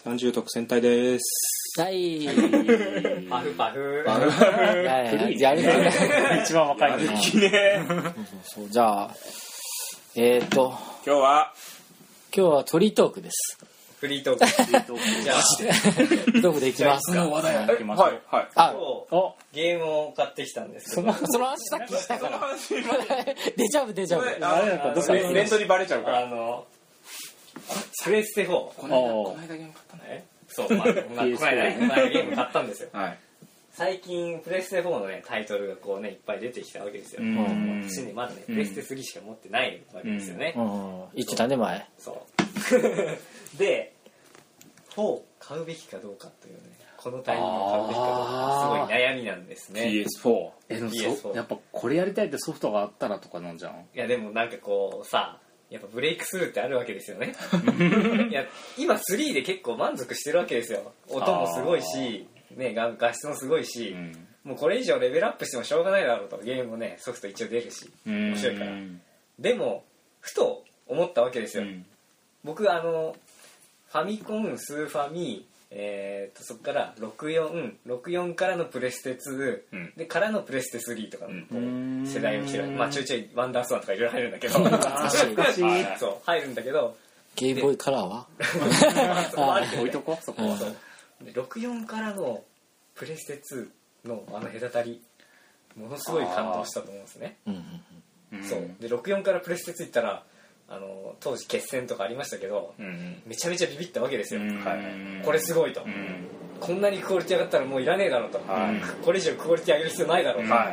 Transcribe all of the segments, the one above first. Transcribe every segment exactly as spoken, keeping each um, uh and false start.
さんじゅう特戦隊です。 はいパフパフパフパフいやいややる気ない一番若いのにきねそうそうそうじゃあえーと今日は今日はフリートークです。 フリートークフリートークじゃあフリートークでいきますか。 話題行きましょう。はいはい。 あ今日ゲームを買ってきたんですけど、 そのその話さっきしたからデジャブデジャブあれなんかどこイベントにバレちゃうから。 あのプレステフォーこの間ゲーム買ったね。 そう、まあ、この間この間ゲーム買ったんですよ。 はい。 最近プレステフォーのねタイトルがこうねいっぱい出てきたわけですよ。私ねまだねプレステスリーしか持ってないわけですよね。 言ってたね前。 そうでフォー買うべきかどうかというねこのタイミングで買うべきかどうかすごい悩みなんですね。 ピーエスフォーえでもそやっぱこれやりたいってソフトがあったらとかなんじゃん。 いやでもなんかこうさやっぱブレイクスルーってあるわけですよねいや今スリーで結構満足してるわけですよ。音もすごいし、ね、画, 画質もすごいし、うん、もうこれ以上レベルアップしてもしょうがないだろうと。ゲームもねソフト一応出るし面白いから。でもふと思ったわけですよ、うん、僕あのファミコンスーファミえー、とそこからろくじゅうよん、ろくじゅうよんからのプレステツー、うん、でからのプレステスリーとかの世代を来てる、まあちょいちょいワンダースワンとかいろいろ入るんだけどそう入るんだけどゲームボーイカラーは置いとこそこは。 でろくじゅうよんからのプレステツーのあの隔たりものすごい感動したと思うんですね。そうでろくじゅうよんからプレステツー行ったらあの当時決戦とかありましたけど、うん、めちゃめちゃビビったわけですよ、はい、これすごいと、うん、こんなにクオリティ上がったらもういらねえだろうと、はい、これ以上クオリティ上げる必要ないだろうと、はい、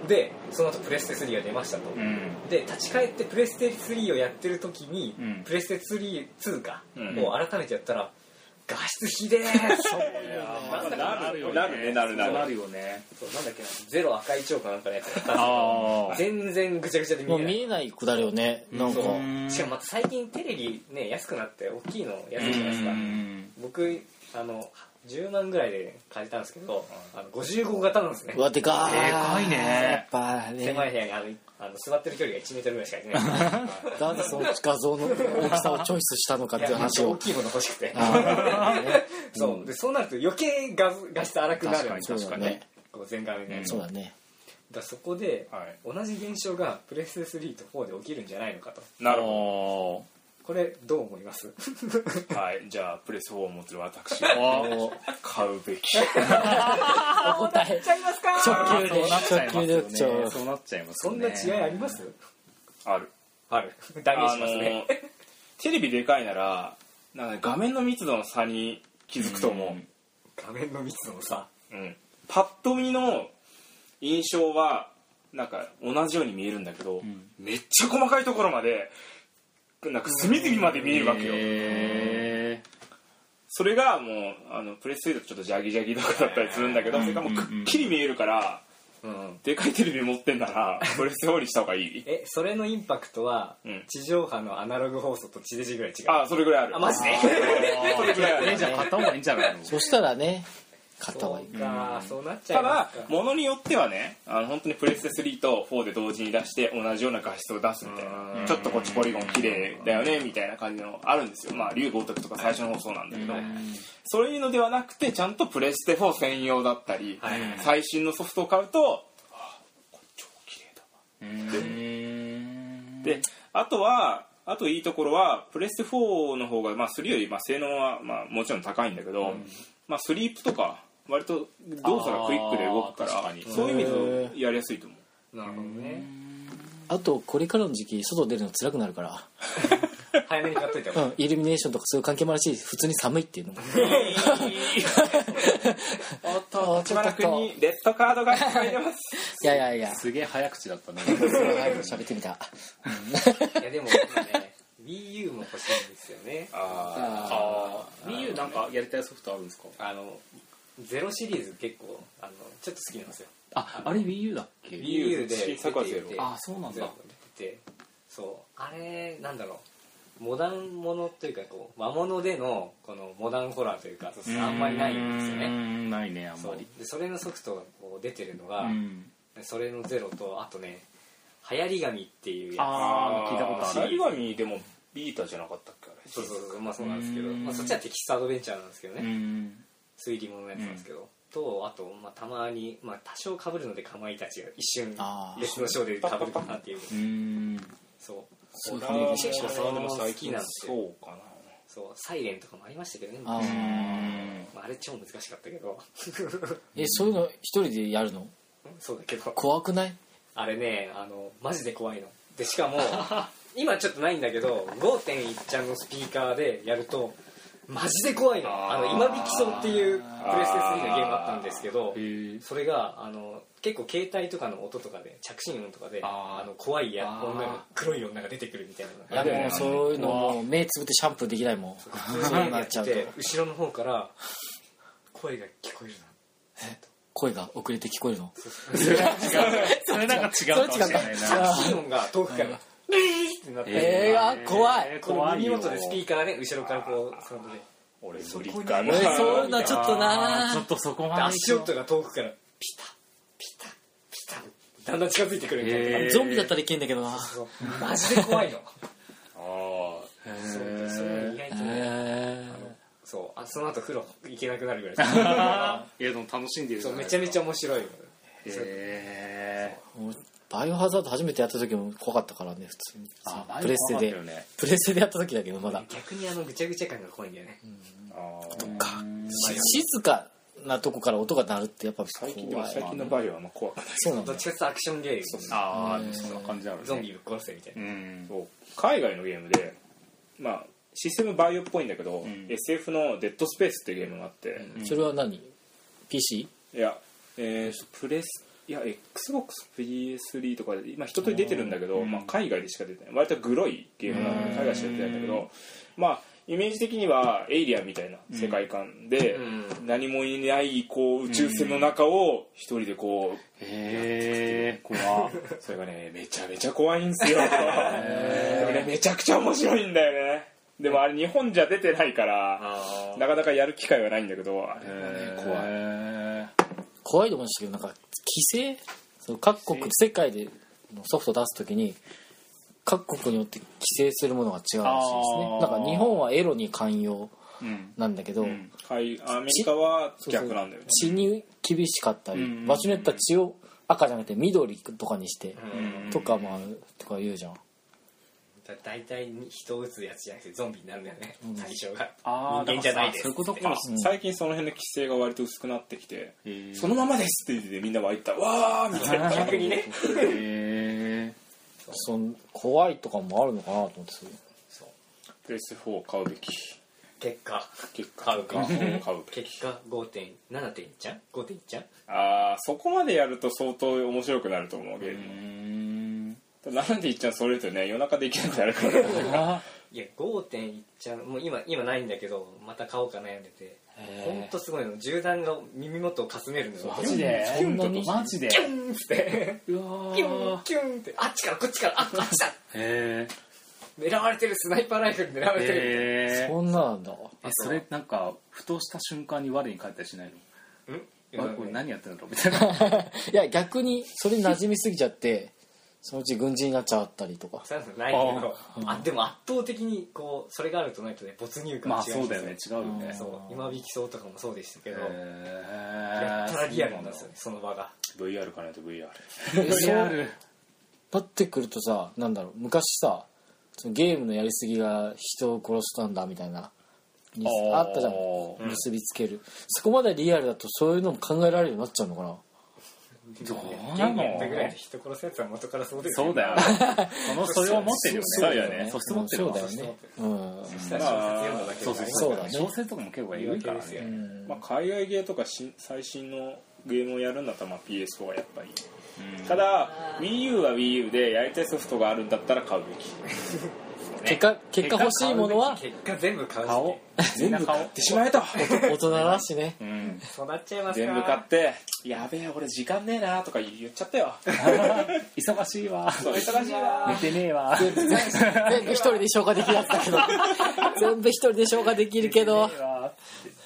でその後プレステスリーが出ましたと、うん、で立ち返ってプレステスリーをやってる時に、うん、プレステスリーツーか、うん、を改めてやったら画質ひでーそうなんだかなるよねなるねなるなるなるよね。そうなんだっけなゼロ赤いチョウかなんかのやつやったんですけど全然ぐちゃぐちゃで見えない。 もう見えないくだるよねなんか。 しかもまた最近テレビね安くなって大きいの安いじゃないですか。僕あのじゅうまんぐらいで借りたんですけどあのごじゅうご型なんですね。 うわでかーでかいね。 やっぱね狭い部屋にあのあの座ってる距離がいちメートルぐらいしかないなんでその画像の大きさをチョイスしたのかっていう話を。 大きいもの欲しくてそうでそうなると余計画画質荒くなるんですよ。 確かにねこう全画面で、 うん、そうだね。 だそこで、はい、同じ現象がプレステスリーとフォーで起きるんじゃないのかと。 なるほど。 これどう思いますはいじゃあプレスフォーを持つ私は買うべきお答えちゃいますか。 直球で直球でそうなっちゃいます。 そんな違いあります？ あるある断言しますね。 テレビでかいならなんか画面の密度の差に気づくと思う、うん、 画面の密度の差、 うん、パッと見の印象はなんか同じように見えるんだけど、うん、めっちゃ細かいところまでなんか隅々まで見えるわけよ。へそれがもうあのプレステだとちょっとジャギジャギとかだったりするんだけど、それがもうくっきり見えるから、うん、でかいテレビ持ってんならプレステフォーにした方がいい。 えそれのインパクトは、うん、地上波のアナログ放送と地デジぐらい違う。 あそれぐらいある。 あマジでそれぐらいある。 じゃあ買った方がいいんじゃないの。 そしたらね買った方がいい。 そうか、そうなっちゃいますか。 ただ物によってはねあの本当にプレステスリーとフォーで同時に出して同じような画質を出すみたいな、ちょっとこっちポリゴン綺麗だよねみたいな感じのあるんですよ。まあ竜豪徳とか最初の放送なんだけど、そういうのではなくてちゃんとプレステフォー専用だったり、はい、最新のソフトを買うとこれ超綺麗だわで、あとはあといいところはプレステフォーの方が、まあ、スリーよりまあ性能はまあもちろん高いんだけど、うんまあ、スリープとか割と動作がクイックで動くからそういう意味でやりやすいと思う。 なるほどね。 あとこれからの時期外出るの辛くなるから早めに買っといた方がいい、 うん、イルミネーションとかそういう関係もあるし普通に寒いっていうのもおっと立花君にレッドカードが入れますいやいやいやすげえ早口だったね喋ってみたいやでもね WiiU も欲しいんですよね。 ああ WiiU なんかやりたいソフトあるんですか。 あのゼロシリーズ結構あのちょっと好きなんですよ。 ああれ WiiU だっけ。 WiiU で新作はゼロ。 あそうなんだ。 出てそうあれなんだろうモダンものというかこう和物でのこのモダンホラーというかあんまりないんですよね。 うんないねあんまり。 でそれのソフトがこう出てるのが、うん、それのゼロとあとね流行り紙っていうやつ。 ああ聞いたことある。流行り紙でもビータじゃなかったっけあれ。 そうそうそう、まあそうなんですけど、まあ、そっちはテキストアドベンチャーなんですけどね、推理物のやつなんですけど、とあと、まあ、たまに、まあ、多少被るのでかまいたちが一瞬別の章で被るかなっていうそうそうだね、 シェシャでも好きなんですよ。 そうかな。 そうサイレンとかもありましたけどね、 あー、 まあ、あれ超難しかったけどえ、そういうの一人でやるの？ そうだけど怖くない？ あれね、あのマジで怖いので、しかも今ちょっとないんだけど ごてんいち ちゃんのスピーカーでやるとマジで怖いの。あの今引きそうっていうプレステスリーのゲームあったんですけど、それがあの結構携帯とかの音とかで着信音とかであの怖いや女が黒い女が出てくるみたいなのが、 いやもうそういうのもう目つぶってシャンプーできないもん。 そうなっちゃうと後ろの方から声が聞こえるな、 声が遅れて聞こえるの？ それなんか違うかもしれないな。 着信音が遠くから「えー!」ってなって、 えー、怖い。 この耳元でスピーカーで後ろからこうサウンドで俺無理かな。 そういうのはちょっとな。 ちょっとそこまで足音が遠くからピタッピタッピタッだんだん近づいてくるみたいな。 ゾンビだったらいけんだけどな。 マジで怖いの。 ああ、 そうそれ意外とね、そうあその後風呂行けなくなるぐらいいやでも楽しんでる。 そうめちゃめちゃ面白い。 へえ。 バイオハザード初めてやった時も怖かったからね、普通に。 あプレステで、ね、プレステでやった時だけどまだ。 逆にあのぐちゃぐちゃ感が怖いんだよね。 ああ、静かなとこから音が鳴るってやっぱ最近でも最近のバイオはあんま怖くない。 そうなんだ。 どっちかっていうとアクションゲーム。 ああ、そんな感じなのね。 ゾンビぶっ殺せみたいな。 そう海外のゲームで、まあシステムバイオっぽいんだけど、うん、エスエフ のデッドスペースっていうゲームがあって、 うん、それは何 ピーシー？ いや、えー、プレスいや XBOX、ピーエススリー とかで今一通り出てるんだけど、うん、まあ、海外でしか出てない割とグロいゲームなので海外しか出てないんだけど、まあイメージ的にはエイリアンみたいな世界観で、うん、何もいないこう宇宙船の中を一人でこう、 へえ怖っそれがねめちゃめちゃ怖いんですよでもねめちゃくちゃ面白いんだよね。でもあれ日本じゃ出てないからなかなかやる機会はないんだけど、あれはね怖い怖いと思うんですけど、なんか規制、その各国世界でのソフト出すときに各国によって規制するものが違うらしいですね。なんか日本はエロに寛容なんだけど、うんうん、 アメリカは逆なんだよね。 血に厳しかったり、うん、場所によっては血を赤じゃなくて緑とかにしてとかもあるとか言うじゃん。 大体人を撃つやつじゃなくてゾンビになるんだよね、うん、対象が人間じゃないです。 そういうことか。最近その辺の規制が割と薄くなってきて、そのままですって言ってみんなは言ったわーみたいな逆にねへそん怖いとかもあるのかなと思ってそうプレスフォー買うべき。 結果結果買うか買うべき結果 ごてんななてんいち ちゃん ごてんいち ちゃんあーそこまでやると相当面白くなると思うゲーム。なんでいっちゃんそれとね夜中できなくなるからいや ごてんいち ちゃんもう 今, 今ないんだけどまた買おうか悩んでて、ほんとすごいの。銃弾が耳元をかすめるのよ。 マジでキュンとマジでキュンってうわキュンキュンってあっちからこっちからあっあっちだへー狙われてる。スナイパーライフル狙われてる。 へそんななんだ。 えそれなんかふとした瞬間に我に返ったりしないの？んこれ何やってんだろうみたいな。 いや逆にそれに馴染みすぎちゃってそのうち軍人になっちゃったりとか。 そういうのないけど、あでも圧倒的にこうそれがあるとないとね没入感違いますね。 まあそうだよね、違うよね。 そう今引きそうとかもそうでしたけど、やったらリアルなんですよねその場が。 ブイアール かないと ブイアールブイアール なってくるとさ、なんだろう昔さそのゲームのやりすぎが人を殺したんだみたいなにあったじゃん、結びつける、うん、そこまでリアルだとそういうのも考えられるようになっちゃうのかな。 どうなの？ゲームやったぐらいで人殺すやつは元からそうですよ。 そうだよね。そのそれを持ってるよね。 そうだよね。 素質持ってる。 そうだよね。うん。 そしたら小説読んだだけで。 そうそうそうだね。小説とかも結構えぐいからね。 まあ海外ゲーとか最新のゲームをやるんだったらまあ ピーエスフォー はやっぱり。ただ WiiU は WiiU でやりたいソフトがあるんだったら買うべき。 結果結果欲しいものは結果全部買う。 買おう。全部買ってしまえと。 大人だしね。 うん。そうなっちゃいますか。 全部買ってやべえ俺時間ねえなとか言っちゃったよ。 忙しいわ。 そう忙しいわ。 寝てねえわ。 全部一人で消化できるやつだけど。全部一人で消化できるけど。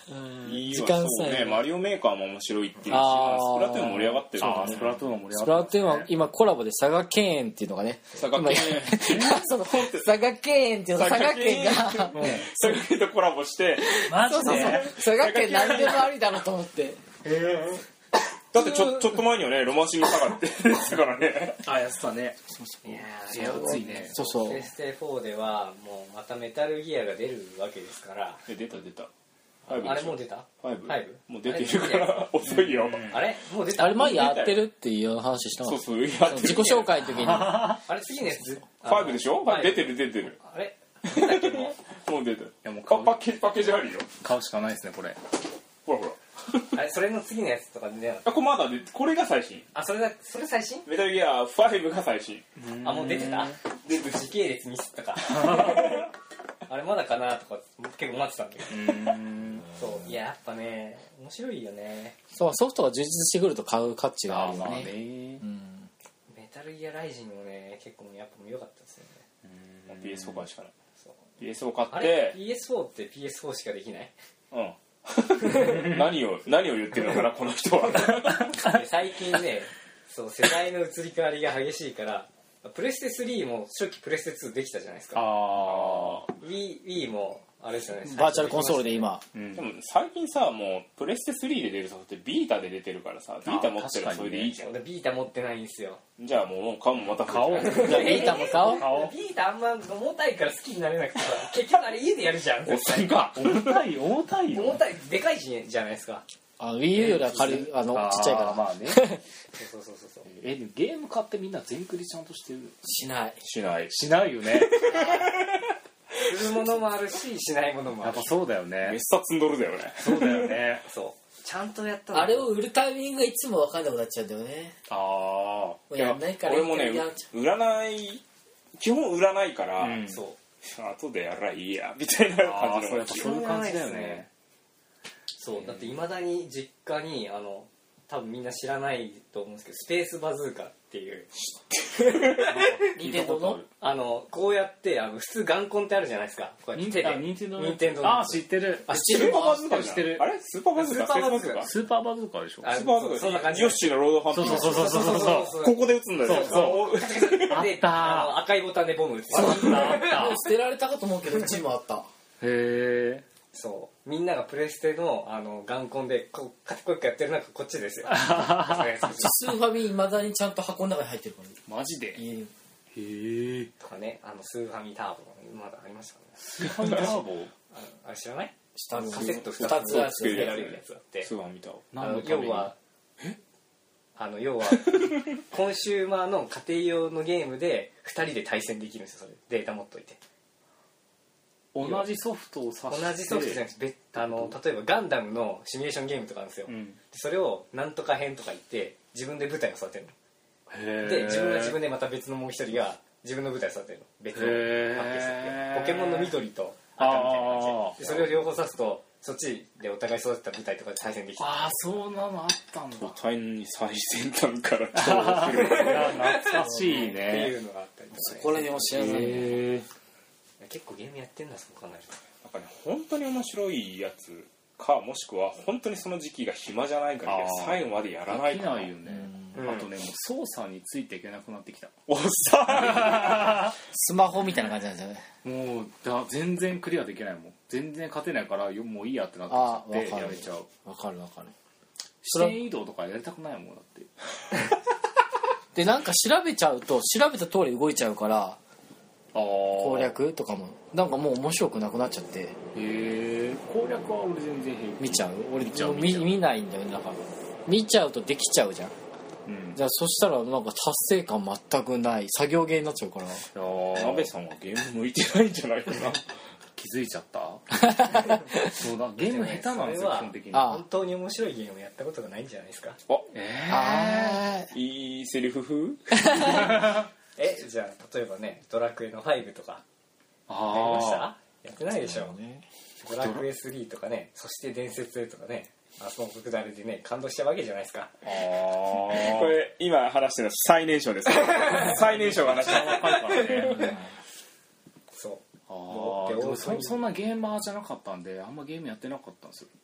時間さえねマリオメーカーも面白いっていうし、スプあーラトゥーン盛り上がってるからあースプラトゥーンも盛りス上がってプラトゥーンは今コラボで佐賀県園っていうのがね佐賀県園今その佐賀県園っていうの佐賀県が佐賀県とコラボしてマそうそうそう佐賀県何でもありだろうと思ってだってちょちょっと前にはねロマンシング佐賀って出てたからねあやってたねいやいや熱いねそうそうプレステフォーではもうまたメタルギアが出るわけですからえ出た出たあれもう出たファイブファイブもう出てるから遅いよあれもう出たあれ前やってるっていう話したのそうそうやってる自己紹介の時にあれ次のやつファイブでしょはい出てる出てるあれ出たっけもうもう出てるやもうパパッケージパッケージあるよ買うしかないですねこれほらほらあれそれの次のやつとか出なかっあこれまだでこれが最新たあそれだそれ最新メタルギアファイブが最新あもう出てた出てる時系列ミスったかあれまだかなとか結構待ってたんだけどそういややっぱね面白いよねそうソフトが充実してくると買う価値がああまあるよねねうんメタルギアライジンもね結構やっぱ良かったですよねピーエスフォー 買うしかないそうピーエスフォー 買あれってピーエスフォー って ピーエスフォー しかできないうん何を何を言ってるのかなこの人はで最近ねそう世代の移り変わりが激しいからプレステスリーも初期プレステツーできたじゃないですかあ Wii, Wii もあれですよねバーチャルコンソールで今あうんでも最近さもうプレステスリーで出るソフトってビータで出てるからさビータ持ってるらそれでいいじゃん、 そうでビータ持ってないんですよじゃあもうもう買うもまた買おうじゃあビータも買おう買おうビータあんま重たいから好きになれなくてさ結局あれ家でやるじゃんおっさんか重たい重たいよ重たいでかいじゃないですかあの Wii U よりは軽いあのちっちゃいからあーまあねそうそうそうそうそうえでもゲーム買ってみんな全クリちゃんとしてるしないしないしないよねするものもあるししないものもあるやっぱそうだよね滅殺んどるだよねそうだよねそうちゃんとやったのあれを売るタイミングがいつも分かんなくなっちゃうんだよねあもうやんないから俺もねいいからやっちゃ売らない基本売らないから、 うんそう後でやらいいやみたいな感じのああそうやっぱそういう感じだよねそうだっていまだに実家にあの多分みんな知らないと思うんですけどスペースバズーカっていう任天堂のあのこうやってあの普通眼コンってあるじゃないですかこうやって手で任天堂任天堂のああ知ってるあ知ってるスーパーバズーカじゃん知ってるあれスーパーバズーカスーパーバズーカススーパーバズーカでしょあーパーバズーカそんな感じヨッシーのロードハンそうターそうそうそうそうそうそうここで撃つんだよねそうそうであったーあの赤いボタンでボム打つあったあったもう捨てられたかと思うけどうちもあったへえそうみんながプレステのあの眼コンでこうカテコイカやってる中こっちですよスーファミいまだにちゃんと箱の中に入ってるからマジでへ家にえとかねあのスーファミターボまだありましたからねスーパーターボあのあれ知らない下のカセットふ二たつつやつつけられるやつがあってスーパー見たわあの何のために要はあの要はコンシューマーの家庭用のゲームでふたりで対戦できるんですよそれデータ持っといて同じソフトを指して同じソフトじゃなくて別あの例えばガンダムのシミュレーションゲームとかあるんですよ、 うんそれをなんとか編とか言って自分で舞台を育てるへので自分が自分でまた別のもう一人が自分の舞台を育てるの別のへーマッケスってポケモンの緑と赤みたいな感じあーででそれを両方指すとそっちでお互い育てた舞台とかで対戦できたああそうなのあったんだタイに最先端から超来るいや懐かしいってねいうのがあったりとかねこれでも知らないへ結構ゲームやってんだそう考えるとなんかね本当に面白いやつかもしくは本当にその時期が暇じゃないからあー最後までやらないできかないよねうんあとねもう操作についていけなくなってきたおっさスマホみたいな感じなんですよねもうだ全然クリアできないもん全然勝てないからよもういいやってなってきちゃあってわかるやめちゃうわかるわかる視点移動とかやりたくないもんだってでなんか調べちゃうと調べた通り動いちゃうから攻攻略とかもなんかもう面白くなくなっちゃってへえ攻略は俺全然平気見ちゃう俺見ちゃうもう見ちゃう見見ないんだよねだから見ちゃうとできちゃうじゃんうんじゃあそしたらなんか達成感全くない作業ゲーになっちゃうからなべさんはゲーム向いてないんじゃないかな気づいちゃったそうだゲーム下手なんですよそれは基本的にあ本当に面白いゲームをやったことがないんじゃないですかあえあいいセリフ風えじゃあ例えばねドラクエのファイブとかやりましあたやってないでしょねドラクエスリーとかねそして伝説へとかねあそのくだりでね感動したわけじゃないですかああこれ今話してるのは最年少です最年少が話してる若いからねそうあもうであでも大阪にそそんなゲーマーじゃなかったんであんまゲームやってなかったんですよ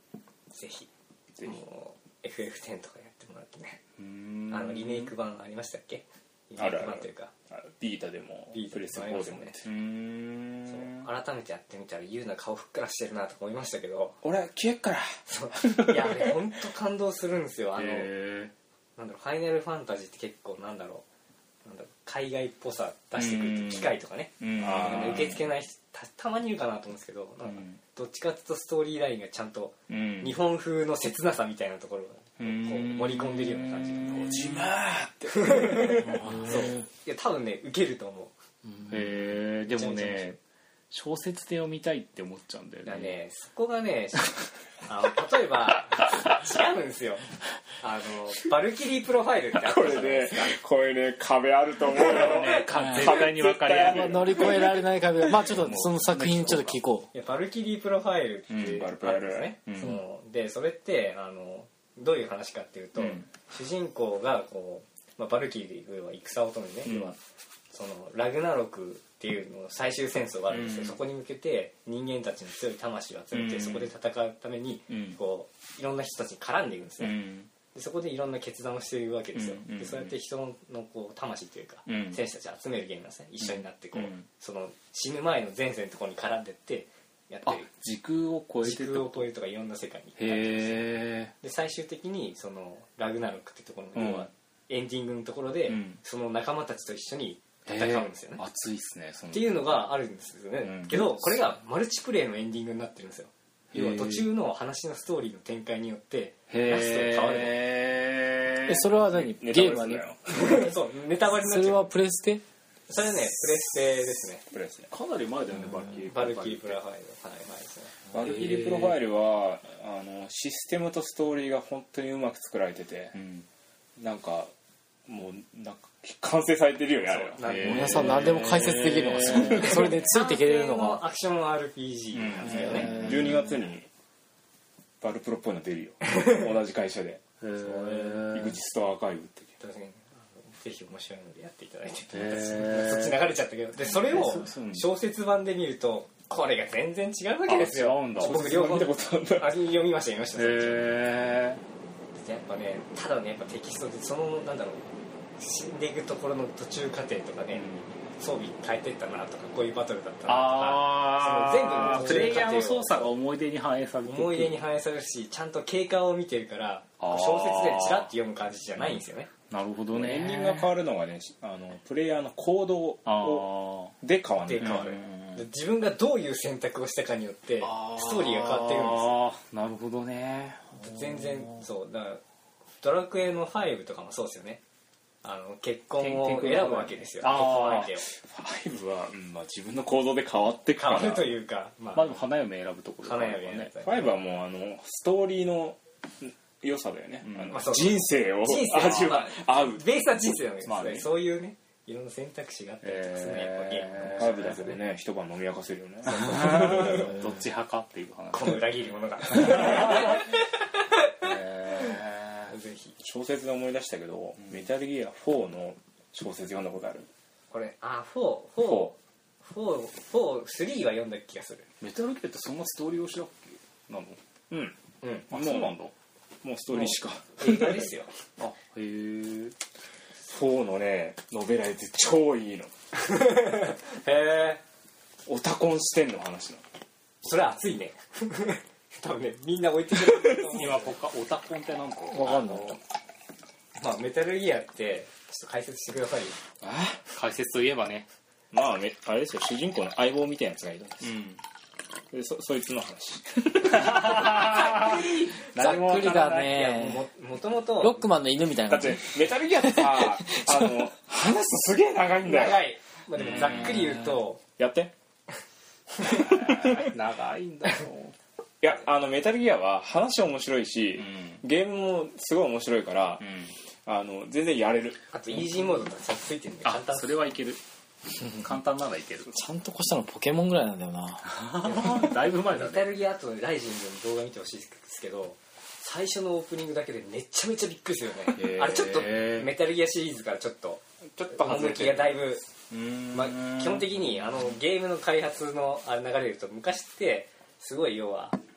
ぜひぜひもう エフエフテン とかやってもらってね、 うーんあのリメイク版ありましたっけ？リメイあるあるク版というかビータでもビータプレステフォーでもやってうーんそう改めてやってみたらユウナ顔ふっからしてるなとか思いましたけど、 俺は消えっからそういやあれ本当感動するんですよ。あのへなんだろう、ファイナルファンタジーって結構なんだろうなんだろう海外っぽさ出してくる機械とかね、 ーうんあー受け付けない人 た, たまにいるかなと思うんですけど、なんかどっちかっていうとストーリーラインがちゃんとうん日本風の切なさみたいなところがこううん盛り込んでるような感じうん小島ーってそういや多分ね受けると思う。 へえでもめちゃめちゃ面白いね小説で読みたいって思っちゃうんだよだからねねそこがねあの例えば違うんですよ。あのバルキリープロファイルってあったこじゃないれねですか。 これね壁あると思うよね絶対に分かり合まあう乗り越えられない壁まあちょっとその作品ちょっと聞こいやバルキリープロファイルってうんあバルプロファイルるんですね、 うんそのでそれってあのどういう話かっていうと、 うん主人公がこう、まあ、バルキリーは戦を乙女ね、 うん要はそのラグナロクっていうの最終戦争があるんですよ、 うんそこに向けて人間たちの強い魂を集めて、 うんそこで戦うために、 うんこういろんな人たちに絡んでいくんですね、 うんでそこでいろんな決断をしているわけですよ、 うんでそうやって人のこう魂というか、 うん選手たちを集めるゲームなんですね。一緒になってこう、 うんその死ぬ前の前世のところに絡んでってやってある時空を超えて時空を超えるとかいろんな世界にへえで最終的にそのラグナロクってところの、 うん要はエンディングのところで、 うんその仲間たちと一緒に戦うんですよね、 熱いっすねそのっていうのがあるんですよね、 うんけどこれがマルチプレイのエンディングになってるんですよ。 へー要は途中の話のストーリーの展開によってラストがへ変わるえうえそれは何ネゲームはねタバレするなよのそうネタバレになっちゃう。 それはプレステそれねプレステですね。 プレスねかなり前だよねバルキリーバルキリープロファイルはいはいですね。 バルキリープロファイルはあのシステムとストーリーが本当にうまく作られててうんなんかもうなんか完成されてるよねあれはそうなんかへー皆さん何でも解説できるのがすごいそれでついていけれるのがアクション アールピージー なんですよね、 うんじゅうにがつにバルプロっぽいの出るよ同じ会社でへえ井口ストアアーカイブって確かにぜひ面白いのでやっていただいて、 へーそっち流れちゃったけどでそれをそうそう小説版で見るとこれが全然違うわけですよ。 あ違うんだ僕両方見たことあるんだあ読みました読みました。 へえやっぱねただねやっぱテキストでそのなんだろう死んでいくところの途中過程とかね、装備変えてったなとかこういうバトルだったなとかあその全部のあプレイヤーの操作が思い出に反映されていく思い出に反映されるしちゃんと経過を見てるからあー小説でチラッと読む感じじゃないんですよね。 なるほどねエンディングが変わるのがねあのプレイヤーの行動をあで変わるで変わる、 うんで自分がどういう選択をしたかによってあストーリーが変わってるんですよ。 あなるほどね全然そうだからドラクエのファイブとかもそうですよね。あの結婚を選ぶわけですよ。結婚相手をファイブは、うんまあ、自分の行動で変わってくから変わるというか、まあまあでも花嫁選ぶところ花嫁選ぶねファイブはもうあのストーリーの良さだよね、 うんあのまあそう人生を人生味わ合うベースは人生なんですよ、 まあねそういうねいろんな選択肢があったりとかするね、やっぱゲームのファイブだけでね一晩飲み明かせるよねどっち派かっていう話この裏切り者がへぜひ小説で思い出したけど、メタルギアフォーの小説読んだことあるこれあフォーフォーフォーフォースリーは読んだ気がする。 メタルギアってそんなストーリー推しだっけなのうんうんあそうなんだもうストーリーしか映画ですよ。 あへえフォーのねノベライズ超いいのへえオタコン視点の話なのそれ熱いね多分ねみんな置いてくれると思う今ポカオタコンってなんかわかんないまあメタルギアってちょっと解説してくださいよ。 解説といえばねまあねあれですよ主人公の相棒みたいなやつがいるんですうんで そ, そいつの話ざっくりだいやねももともとロックマンの犬みたいなだって感じメタルギアってさあの話すとすげえ長いんだよ長い、まあ、でもざっくり言うとやって長いんだよいやあのメタルギアは話面白いし、 うゲームもすごい面白いから、 うんあの全然やれるあとイージーモードとかさついてるんで簡あ単それはいける簡単ならいけるちゃんと越したのポケモンぐらいなんだよなだいぶ前だねメタルギアとライジングの動画見てほしいですけど最初のオープニングだけでめちゃめちゃびっくりするよね、 へーあれちょっとメタルギアシリーズからちょっとちょっと外れ趣てるがだいぶ、 うーんまあ、基本的にあのゲームの開発のあれ流れると昔ってすごい要は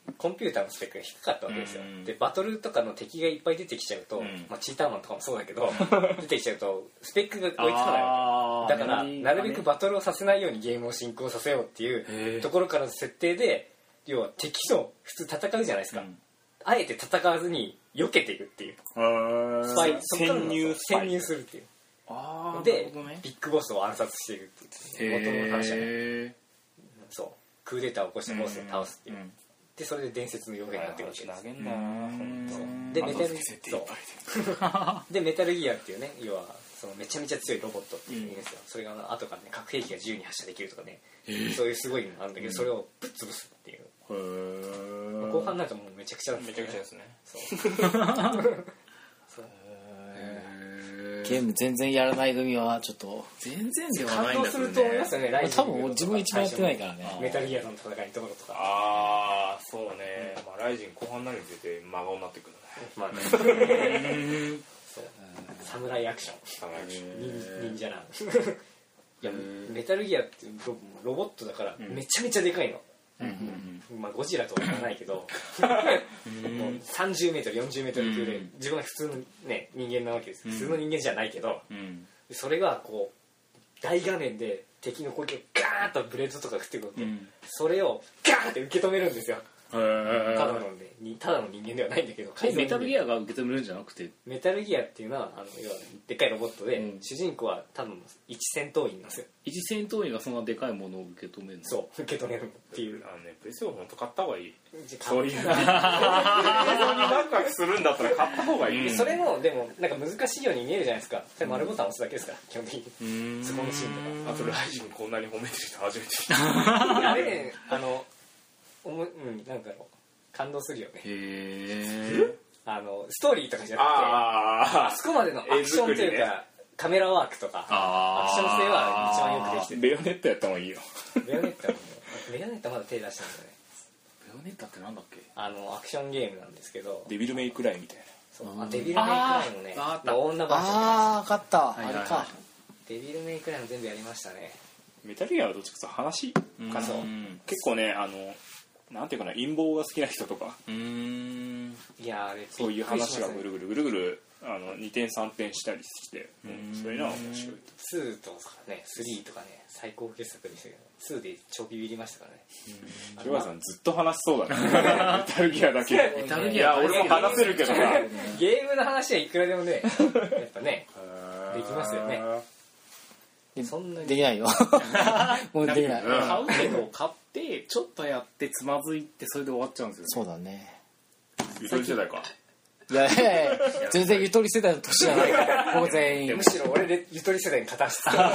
コンピューターのスペックが低かったわけですよ、 うん、 でバトルとかの敵がいっぱい出てきちゃうと、うんまあ、チーターマンとかもそうだけど出てきちゃうとスペックが追いつかないだからなるべくバトルをさせないようにゲームを進行させようっていうところからの設定で要は敵と普通戦うじゃないですか、うん、あえて戦わずに避けていくっていうスパイ潜入潜入するっていうあで、ね、ビッグボスを暗殺していくっていう元の話じゃないそうクーデターを起こしてボスを倒すっていう、うんうん、でそれで伝説の傭兵になっていくわけですでメタルそうでメタルギアっていうね要はそのめちゃめちゃ強いロボットっていう意味ですよ、うん、それが後からね核兵器が自由に発射できるとかねそういうすごいのがあるんだけど、うん、それをぶっ潰すっていうへ後半になるともうめちゃくちゃなんですよねめちゃくちゃですねそうそうゲーム全然やらない組はちょっと全然ではないんだけどね感動すると思いますよねライジング多分自分一番やってないからねメタルギアの戦いのところとかああそうね、まあ、ライジン後半になるにつれて真顔になってくるねまあねそうサムライアクションサムライアクション忍者なんいやメタルギアってロ、ロボットだからめちゃめちゃでかいの、うんうんうん、まあゴジラとは言わないけどもうさんじゅうメートルよんじゅうメートル級で自分が普通の、ね、人間なわけです、うん、普通の人間じゃないけど、うん、それがこう大画面で敵の攻撃をガーッとブレードとか食ってくると、うん、それをガーッて受け止めるんですよただのでただの人間ではないんだけどメタルギアが受け止めるんじゃなくてメタルギアっていうのはあの要はでっかいロボットで、うん、主人公は多分一戦闘員なんですよ一戦闘員がそんなでかいものを受け止めるのそう受け止めるっていうあのねプレステーション本当買った方がいいそういう映像にワクワクするんだったら買った方がいい、 うん、それもでもなんか難しいように見えるじゃないですかそれ丸ボタン押すだけですから基本的にそこのシーンとかあとライジンこんなに褒めてる人初めて見たあれねあのおもうんなんだろう感動するよねへあのストーリーとかじゃなくて あ, あそこまでのアクションというか、ね、カメラワークとかアクション性は一番よくできてるベヨネッタやった方がいいよベヨネッタもベヨネッタまだ手出したんだよねベヨネッタってなんだっけあのアクションゲームなんですけどデビルメイクライみたいなそうあデビルメイクライもね女バージョンああ分かった、はいはいはい、あれかデビルメイクライも全部やりましたねメタルギアはどっちかというと話かそう結構ねあのなんていうかな陰謀が好きな人とかうーんいやあれそういう話がぐるぐるぐるぐるあのにてんさんてんしたりして、うん、そういうのは面白いツーとかねスリーとかね最高傑作でしたけどツーで超ビビりましたからね清原さんずっと話しそうだねメタルギアだけメタルギア俺も話せるけどなゲームの話はいくらでもねやっぱねできますよねそんなにできないよもうできない買うけど買ってちょっとやってつまずいてそれで終わっちゃうんですよねそうだねゆとり世代かいやいやいや全然ゆとり世代の年じゃないからもう全員むしろ俺でゆとり世代に片足つけ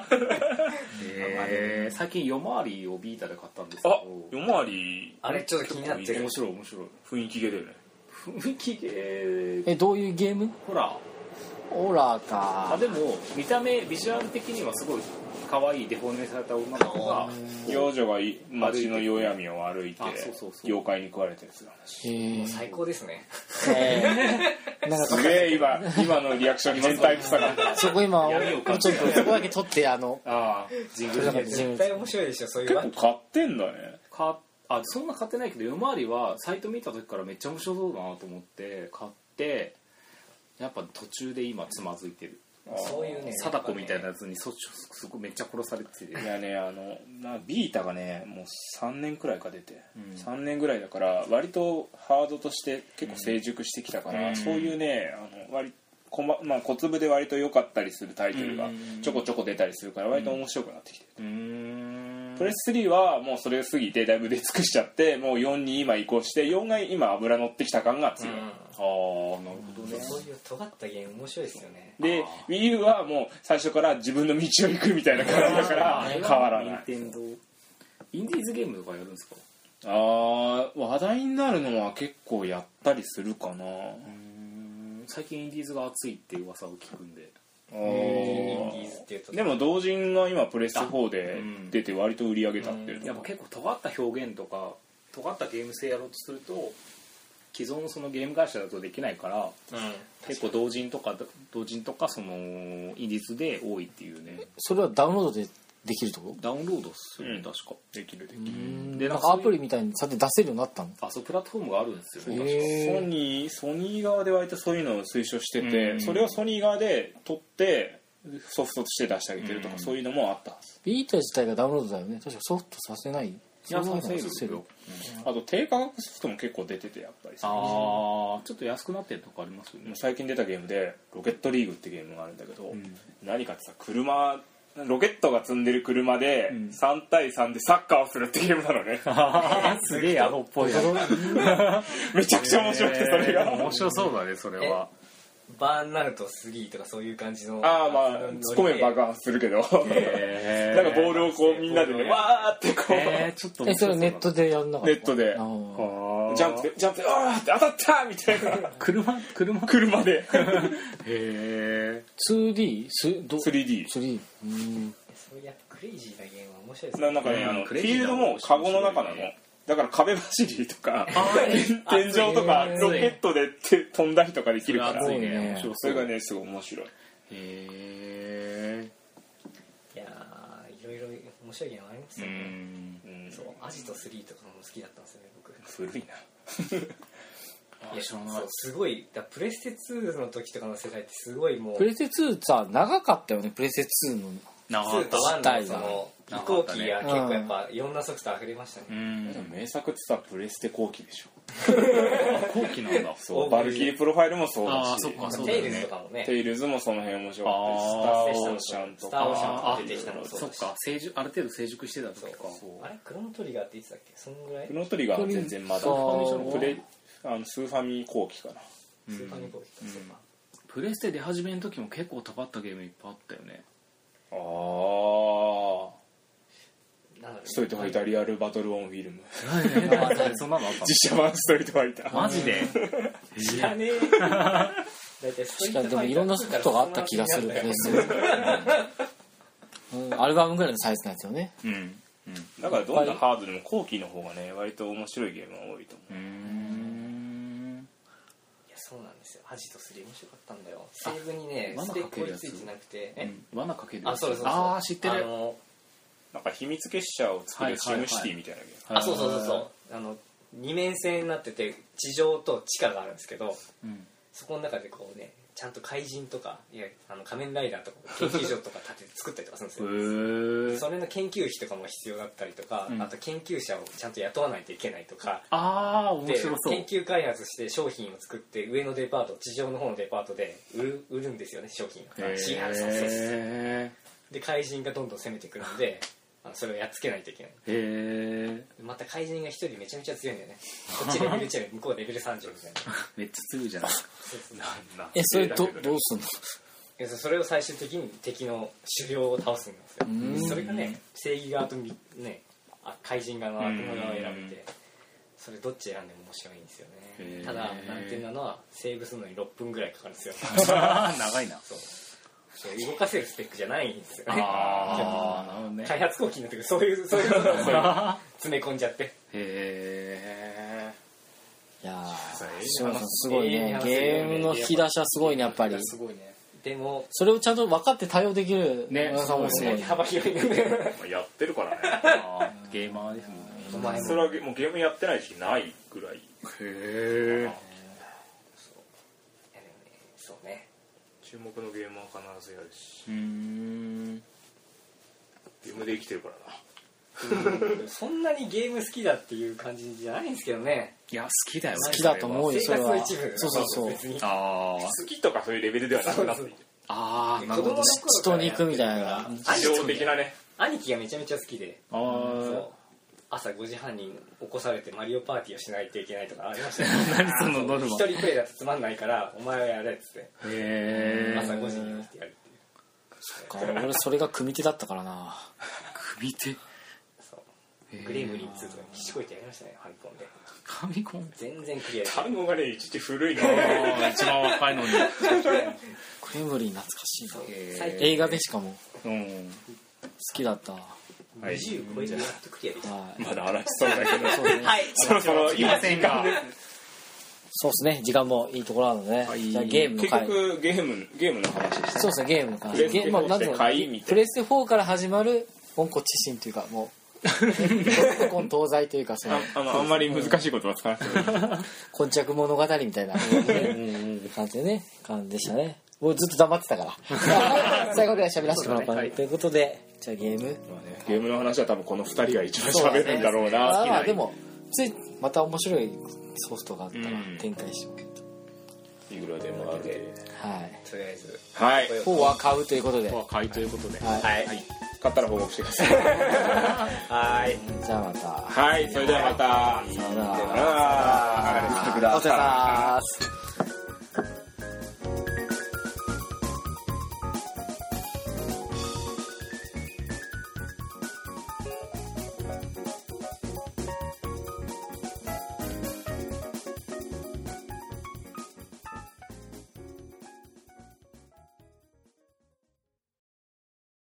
えー、最近夜回りをビータで買ったんですけどあ夜回りあれちょっと気になってる面白い面白い雰囲気ゲーだよね雰囲気ゲーえどういうゲームほらホラーかあでも見た目ビジュアル的にはすごい可愛いデフォルメされた女の子が幼女が街の夜闇を歩いて妖怪に食われたやつがもう最高ですねすげえ今今のリアクションに変態臭かったそこ今ちょっとそこだけ撮ってあのあジングル絶対面白いでしょそういう結構買ってんだねかあそんな買ってないけど夜回りはサイト見た時からめっちゃ面白そうだなと思って買ってやっぱ途中で今つまずいてるそういうね貞子みたいなやつにそすごいめっちゃ殺されてていやねあのなビータがねもうさんねんくらいか出て、うん、さんねんぐらいだから割とハードとして結構成熟してきたから、うん、そういうねあの割こま、まあ、小粒で割と良かったりするタイトルがちょこちょこ出たりするから割と面白くなってきてる、うん、プレススリーはもうそれ過ぎてだいぶ出尽くしちゃってもうよんに今移行してよんが今油乗ってきた感が強い、うん、ああなるほどねそういう尖ったゲーム面白いですよねで Wii U はもう最初から自分の道を行くみたいな感じだから変わらないインディーズゲームとかやるんですかあー話題になるのは結構やったりするかなうん最近インディーズが熱いって噂を聞くんでインディーズっていうとでも同人が今プレステフォーで出て割と売り上げたっていうのやっぱ結構尖った表現とか尖ったゲーム性やろうとすると既存のそのゲーム会社だとできないから、うん、結構同人とか同人とかそのインディーズで多いっていうねそれはダウンロードでできるってこと？ ダウンロードする、 うん確かできるできうるんでなんかアプリみたいにさて出せるようになったの？ あそうプラットフォームがあるんですよね、 へーソニーソニー側で割とそういうのを推奨してて、 うんそれをソニー側で取ってソフトとして出してあげてるとか、 うんそういうのもあったはず。 ビータ自体がダウンロードだよね。確かソフトさせない。 いやそういうのさせるさせるよ、 あと低価格ソフトも結構出ててやっぱりさ、 ああちょっと安くなってるとこありますよね。 最近出たゲームでロケットリーグってゲームがあるんだけど、 ん何かってさ車ロケットが積んでる車でうんさん対さんでサッカーをするってゲームなのねすげえアホっぽいやめちゃくちゃ面白くてそれが、 面白そうだねそれは。 バーンナルトスリーとかそういう感じのああまあ突っ込めば爆発するけど、 へーなんかボールをこうみんなでねわーってこう、 えー、ちょっとえそれネットでやんなかった？ ネットであージャンプでジャンプであーって当たったみたいな車車車でへえツーディー？ スどスリーディースリーうんそういうクレイジーなゲームは面白いですね。 ななんかね、 うんあのフクレイジーなィールドもカゴの中なのだから壁走りとか天井とかロケットでて飛んだりとかできるから熱いねね面白それがねすごい面白い。 へえいやーいろいろ面白いゲームありますうよね。 んうんそうアジトスリーとかも好きだったんですよね僕。 古いな。 いや知らないそうすごいだプレステツーの時とかの世代ってすごいもうプレステツーさ長かったよね。プレステツーのツーとワンたのその移行期が結構やっぱいろんなソフト溢れましたね。 うんでも名作ってさプレステ後期でしょ。 後期なんだそうバルキリープロファイルもそうだしあーそっかそうだよねテイルズとかもね。 テイルズもその辺面白かったしあースターオーシャンとスターオーシャンかとか出てきたのもそうだし。 そっか成熟ある程度成熟してた時かそうあれクロノトリガーって言ってたっけそんぐらいクロノトリガーは全然まだスーファミじゃんプレあのスーファミ後期かな。 スーパーニコーキとかプレステ出始めの時も結構高かったゲームいっぱいあったよね。 ああなんだろうねストリートファイターリアルバトルオンフィルムそんなのあった実写版ストリートファイターマジで知らねえ大体ストリートファイター確かにでもいろんなソフトがあった気がするプレステうんアルバムぐらいのサイズのやつよね。 うんうんだからどんなハードでも後期の方がね割と面白いゲームが多いと思うーんいやそうなんですよアジトスリー面白かったんだよ。セーブにね罠スペッかけるやつク追いついてなくてえ罠かけるやつあそうですそうですあー知ってるあのう。なんか秘密結社を作るシムシティみたいなゲーム、 あそうそうそうそうあの二面線になってて地上と地下があるんですけどうんそこの中でこうねちゃんと怪人とかいやあの仮面ライダーとか研究所とか建てて作ったりとかするんですよ。 へえそれの研究費とかも必要だったりとか、 うんあと研究者をちゃんと雇わないといけないとか、 ああ面で白そう研究開発して商品を作って上のデパート地上の方のデパートで売る売るんですよね商品を。 へシーアールそうそうそうえで怪人がどんどん攻めてくるんであのそれをやっつけないといけない。 へえまた怪人が一人めちゃめちゃ強いんだよね。こっちレベルいちで向こうレベルさんじゅうみたいな。 めっちゃ強いじゃないですかそうそうなえそれどどうすんの？ いやそれを最終的に敵の狩猟を倒すんですよ。 んそれがね正義側とみねあ怪人側の悪魔側を選べてそれどっち選んでも面白いんですよね。 へーただ難点なのはセーブするのにろっぷんぐらいかかるんですよ。 長いなそうそう動かせるスペックじゃないんですよね。 ああなるほどね開発後期になってくるそういうそういうのをそういうの詰め込んじゃって。 へえいやそうーそうそうすごいね永遠に話せゲるよねームの引き出しはすごいねやっぱり。 すごいね。でもそれをちゃんと分かって対応できるね村さんもすごいね。 幅広いんだね。 やってるからねあーゲーマーですもんねお前もそれはもうゲームやってない時期ないぐらい。 へえそうね。 注目のゲームは必ずやるしうーんゲームで生きてるからな。 そんなにゲーム好きだっていう感じじゃないんですけどね。 いや好きだよ好きだと思うよ生それは。 活の一部だからそうそうそう。 別にあー好きとかそういうレベルではなくなっているあーなるほど子供の頃血と肉みたいな日常的なね。 兄貴がめちゃめちゃ好きであそう朝ごじはんに起こされてマリオパーティーをしないといけないとかありましたよ何そのノルマ一人プレイだとつまんないからお前はやれっつってへえ朝ごじに起きてやるっていう俺それが組手だったからな。 組手そうグレムリンツーとかにひしこいてやりましたねファミコンでファミコン全然クリアでき単語がねいちいち古いな。 あー一番若いのにクレムリン懐かしいな。 最近映画でしかもうん好きだった。はにじゅう超えてやっとクリアできたい。 まだ話しそうだけど。 そうね。 そろそろ今せんがそうですね。時間もいいところなので、 はいじゃあゲームの結回。 局ゲームゲームの話でした。 そうですね。ゲームの回。 プレステゲームまあなんていうのフォーって買いみたいなプレステフォーから始まる温故知新というかもう古今東西というかそのあ, あ, のあんまり難しい言葉使わなくても今昔物語みたいな感じでね感じでしたね。もうずっと黙ってたから最後では喋らせてもらおうかな、ね、ということでじゃあゲーム、まあね、 ゲームの話は多分このふたりが一番喋るんだろうな。 まあまあでもついまた面白いソフトがあったら展開してもらうと、 いくらでもあるで、 はい、 とりあえずはいフォーは買うということでフォーは買いということで、 はい、 はい、 買ったら報告してくださいはいじゃあまたはいそれではまたさよならあーあーお疲れ様です。